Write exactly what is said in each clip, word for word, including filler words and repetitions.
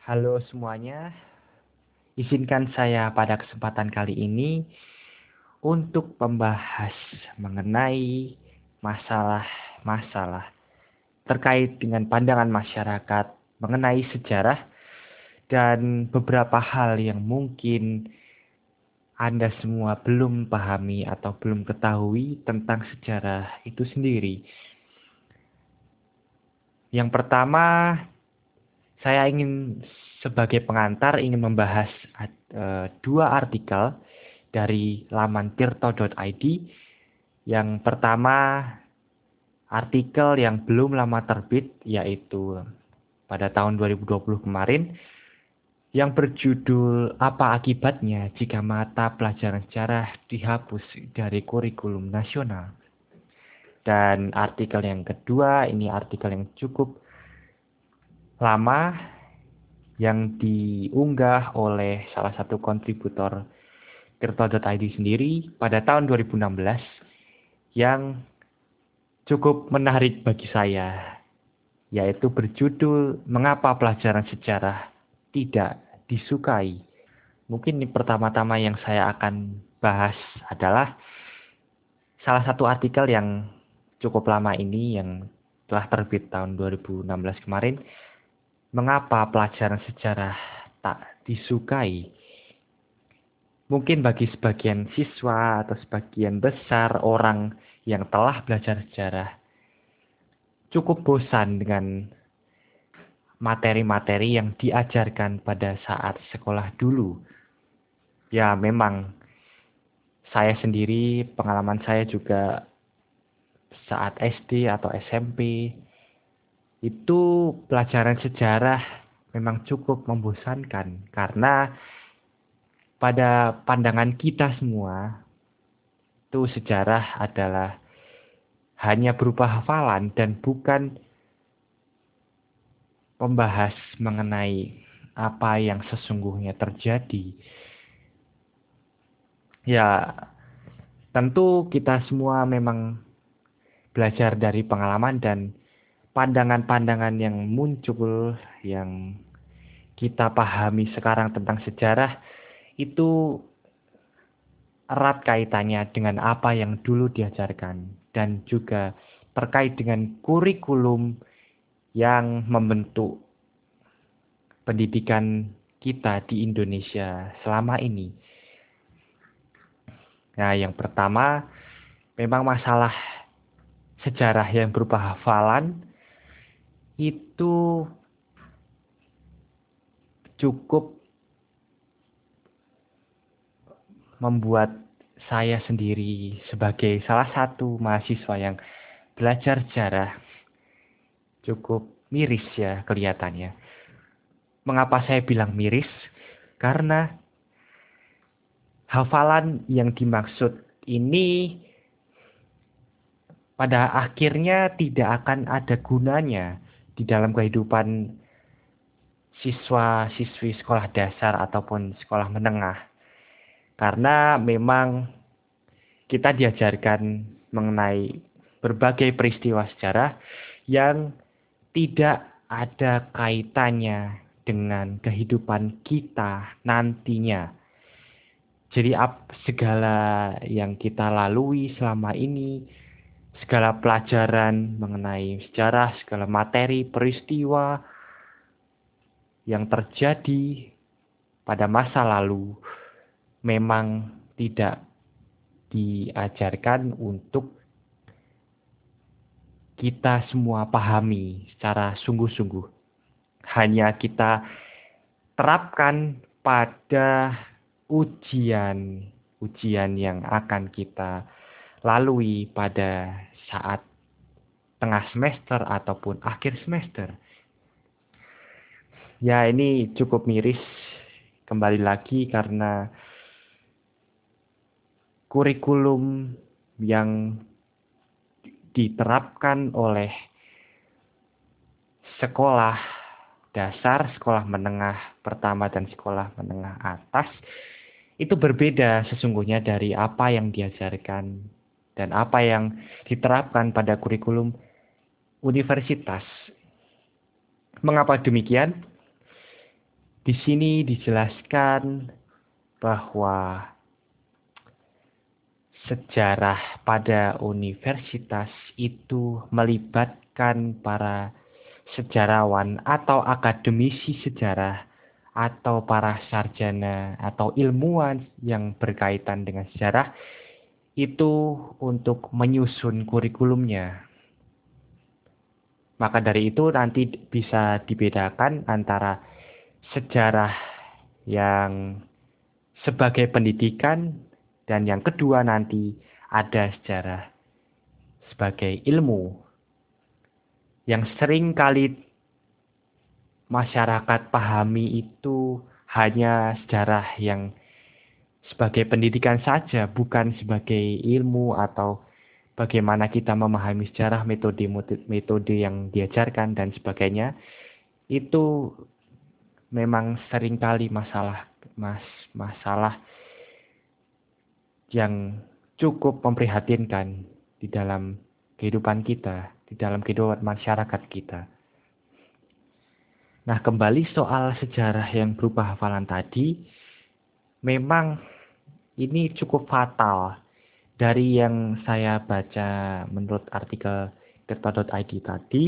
Halo semuanya, izinkan saya pada kesempatan kali ini untuk membahas mengenai masalah-masalah terkait dengan pandangan masyarakat mengenai sejarah dan beberapa hal yang mungkin Anda semua belum pahami atau belum ketahui tentang sejarah itu sendiri. Yang pertama, saya ingin sebagai pengantar ingin membahas uh, dua artikel dari laman tirto titik i d. Yang pertama, artikel yang belum lama terbit, yaitu pada tahun dua ribu dua puluh kemarin, yang berjudul "Apa Akibatnya Jika Mata Pelajaran Sejarah Dihapus dari Kurikulum Nasional". Dan artikel yang kedua, ini artikel yang cukup lama, yang diunggah oleh salah satu kontributor tirto titik i d sendiri pada tahun dua ribu enam belas, yang cukup menarik bagi saya, yaitu berjudul "Mengapa Pelajaran Sejarah Tidak Disukai". Mungkin ini pertama-tama yang saya akan bahas adalah salah satu artikel yang cukup lama ini yang telah terbit tahun dua ribu enam belas kemarin, "Mengapa Pelajaran Sejarah Tak Disukai". Mungkin bagi sebagian siswa atau sebagian besar orang yang telah belajar sejarah cukup bosan dengan materi-materi yang diajarkan pada saat sekolah dulu. Ya memang saya sendiri, pengalaman saya juga saat S D atau S M P, itu pelajaran sejarah memang cukup membosankan. Karena pada pandangan kita semua, itu sejarah adalah hanya berupa hafalan dan bukan membahas mengenai apa yang sesungguhnya terjadi. Ya, tentu kita semua memang belajar dari pengalaman dan pandangan-pandangan yang muncul, yang kita pahami sekarang tentang sejarah, itu erat kaitannya dengan apa yang dulu diajarkan dan juga terkait dengan kurikulum yang membentuk pendidikan kita di Indonesia selama ini. Nah, yang pertama, memang masalah sejarah yang berupa hafalan itu cukup membuat saya sendiri sebagai salah satu mahasiswa yang belajar sejarah cukup miris ya kelihatannya. Mengapa saya bilang miris? Karena hafalan yang dimaksud ini pada akhirnya tidak akan ada gunanya di dalam kehidupan siswa-siswi sekolah dasar ataupun sekolah menengah. Karena memang kita diajarkan mengenai berbagai peristiwa sejarah yang tidak ada kaitannya dengan kehidupan kita nantinya. Jadi segala yang kita lalui selama ini, segala pelajaran mengenai sejarah, segala materi, peristiwa yang terjadi pada masa lalu memang tidak diajarkan untuk kita semua pahami secara sungguh-sungguh. Hanya kita terapkan pada ujian, ujian yang akan kita lalui pada saat tengah semester ataupun akhir semester. Ya, ini cukup miris kembali lagi karena kurikulum yang diterapkan oleh sekolah dasar, sekolah menengah pertama dan sekolah menengah atas itu berbeda sesungguhnya dari apa yang diajarkan dan apa yang diterapkan pada kurikulum universitas. Mengapa demikian? Di sini dijelaskan bahwa sejarah pada universitas itu melibatkan para sejarawan atau akademisi sejarah atau para sarjana atau ilmuwan yang berkaitan dengan sejarah itu untuk menyusun kurikulumnya. Maka dari itu nanti bisa dibedakan antara sejarah yang sebagai pendidikan dan yang kedua nanti ada sejarah sebagai ilmu yang sering kali masyarakat pahami itu hanya sejarah yang sebagai pendidikan saja, bukan sebagai ilmu atau bagaimana kita memahami sejarah, metode-metode yang diajarkan dan sebagainya. Itu memang seringkali masalah mas masalah yang cukup memprihatinkan di dalam kehidupan kita, di dalam kehidupan masyarakat kita. Nah, kembali soal sejarah yang berupa hafalan tadi, memang ini cukup fatal. Dari yang saya baca menurut artikel tirta titik i d tadi,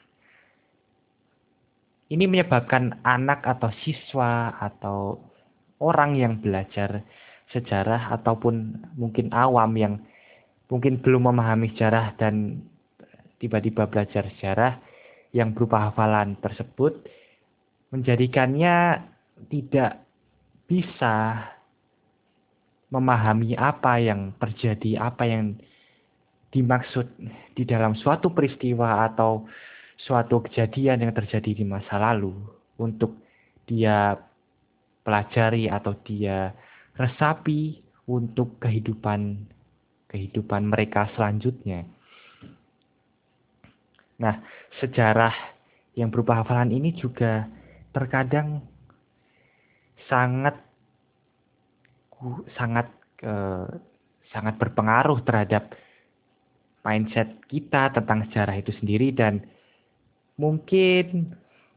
ini menyebabkan anak atau siswa atau orang yang belajar sejarah ataupun mungkin awam yang mungkin belum memahami sejarah dan tiba-tiba belajar sejarah yang berupa hafalan tersebut menjadikannya tidak bisa memahami apa yang terjadi, apa yang dimaksud di dalam suatu peristiwa atau suatu kejadian yang terjadi di masa lalu untuk dia pelajari atau dia resapi untuk kehidupan kehidupan mereka selanjutnya. Nah, sejarah yang berupa hafalan ini juga terkadang sangat sangat eh, sangat berpengaruh terhadap mindset kita tentang sejarah itu sendiri dan mungkin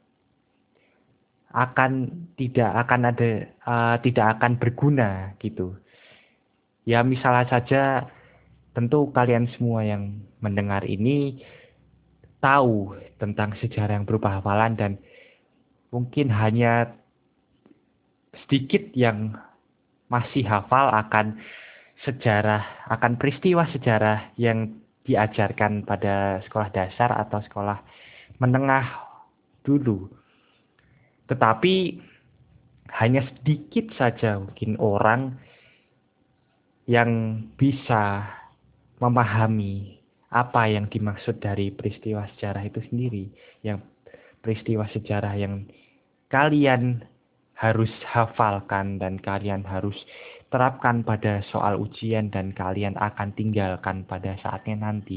akan tidak akan ada uh, tidak akan berguna gitu. Ya misalnya saja tentu kalian semua yang mendengar ini tahu tentang sejarah yang berupa hafalan dan mungkin hanya sedikit yang masih hafal akan sejarah, akan peristiwa sejarah yang diajarkan pada sekolah dasar atau sekolah menengah dulu. Tetapi hanya sedikit saja mungkin orang yang bisa memahami apa yang dimaksud dari peristiwa sejarah itu sendiri. Yang peristiwa sejarah yang kalian harus hafalkan dan kalian harus terapkan pada soal ujian dan kalian akan tinggalkan pada saatnya nanti.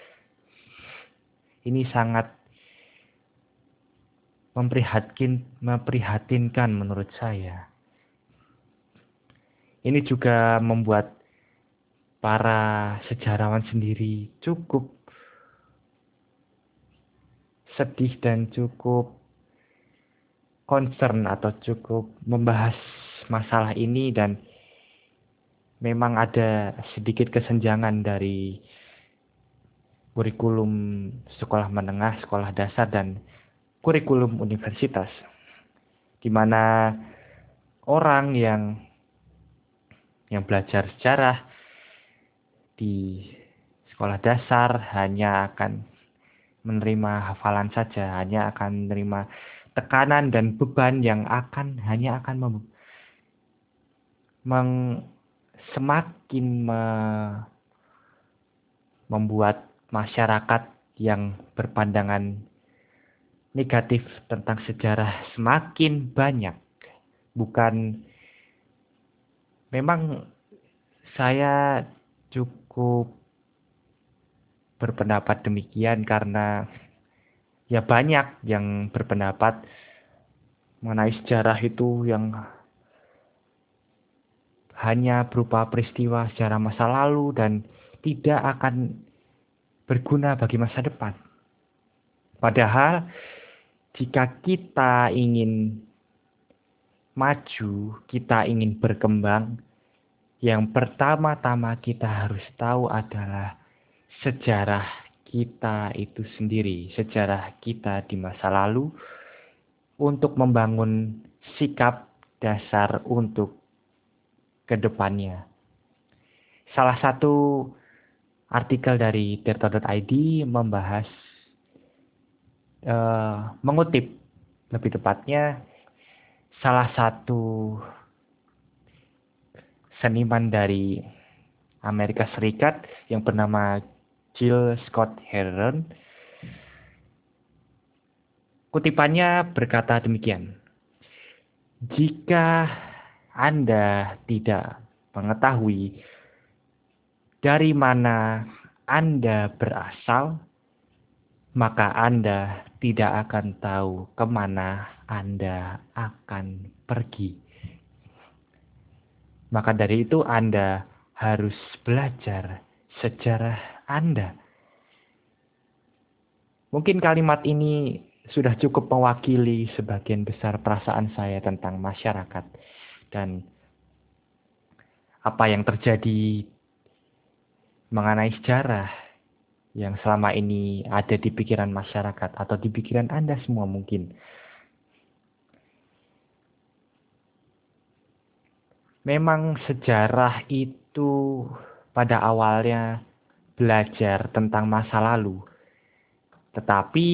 Ini sangat memprihatin, memprihatinkan menurut saya. Ini juga membuat para sejarawan sendiri cukup sedih dan cukup concern atau cukup membahas masalah ini dan memang ada sedikit kesenjangan dari kurikulum sekolah menengah, sekolah dasar dan kurikulum universitas, di mana orang yang yang belajar sejarah di sekolah dasar hanya akan menerima hafalan saja, hanya akan menerima tekanan dan beban yang akan hanya akan mem, meng, semakin me, membuat masyarakat yang berpandangan negatif tentang sejarah semakin banyak. Bukan, memang saya cukup berpendapat demikian karena ya banyak yang berpendapat mengenai sejarah itu yang hanya berupa peristiwa sejarah masa lalu dan tidak akan berguna bagi masa depan. Padahal jika kita ingin maju, kita ingin berkembang, yang pertama-tama kita harus tahu adalah sejarah kita itu sendiri, sejarah kita di masa lalu, untuk membangun sikap dasar untuk kedepannya. Salah satu artikel dari tirto titik i d membahas, uh, mengutip lebih tepatnya, salah satu seniman dari Amerika Serikat yang bernama Jill Scott Heron. Kutipannya berkata demikian: jika Anda tidak mengetahui dari mana Anda berasal, maka Anda tidak akan tahu kemana Anda akan pergi. Maka dari itu Anda harus belajar sejarah Anda. Mungkin kalimat ini sudah cukup mewakili sebagian besar perasaan saya tentang masyarakat dan apa yang terjadi mengenai sejarah yang selama ini ada di pikiran masyarakat atau di pikiran Anda semua mungkin. Memang sejarah itu pada awalnya belajar tentang masa lalu. Tetapi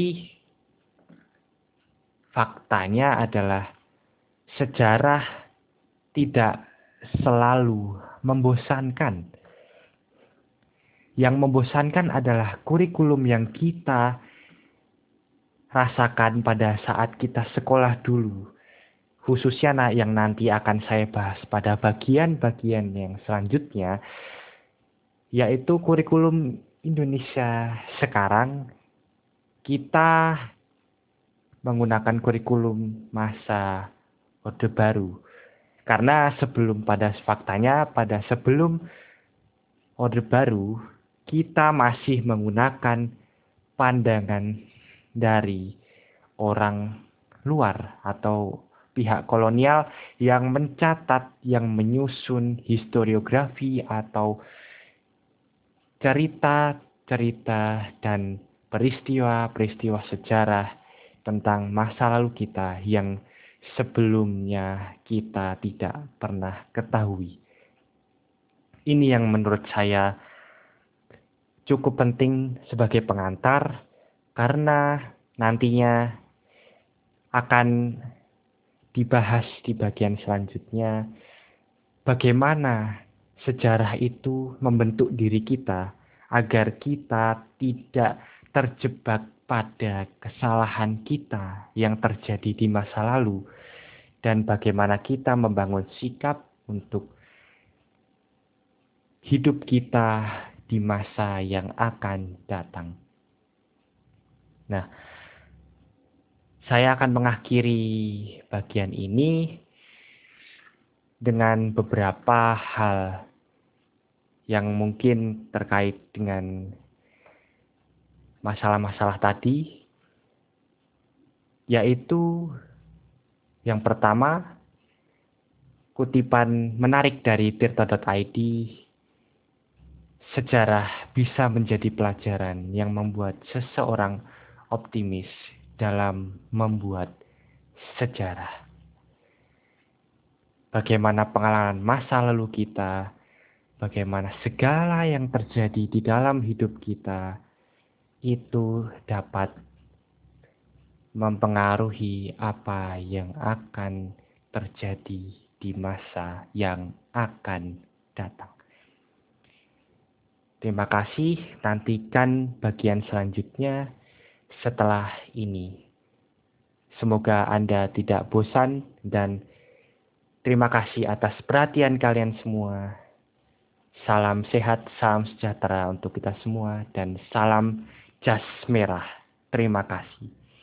faktanya adalah sejarah tidak selalu membosankan. Yang membosankan adalah kurikulum yang kita rasakan pada saat kita sekolah dulu. Khususnya yang nanti akan saya bahas pada bagian-bagian yang selanjutnya, yaitu kurikulum Indonesia sekarang. Kita menggunakan kurikulum masa Orde Baru. Karena sebelum pada faktanya, pada sebelum Orde Baru, kita masih menggunakan pandangan dari orang luar atau pihak kolonial yang mencatat, yang menyusun historiografi atau cerita-cerita dan peristiwa-peristiwa sejarah tentang masa lalu kita yang sebelumnya kita tidak pernah ketahui. Ini yang menurut saya cukup penting sebagai pengantar, karena nantinya akan dibahas di bagian selanjutnya bagaimana sejarah itu membentuk diri kita agar kita tidak terjebak pada kesalahan kita yang terjadi di masa lalu, dan bagaimana kita membangun sikap untuk hidup kita di masa yang akan datang. Nah, saya akan mengakhiri bagian ini dengan beberapa hal yang mungkin terkait dengan masalah-masalah tadi, yaitu yang pertama, kutipan menarik dari tirto titik i d, sejarah bisa menjadi pelajaran yang membuat seseorang optimis dalam membuat sejarah. Bagaimana pengalaman masa lalu kita, bagaimana segala yang terjadi di dalam hidup kita itu dapat mempengaruhi apa yang akan terjadi di masa yang akan datang. Terima kasih, nantikan bagian selanjutnya setelah ini. Semoga Anda tidak bosan, dan terima kasih atas perhatian kalian semua. Salam sehat, salam sejahtera untuk kita semua, dan salam jas merah. Terima kasih.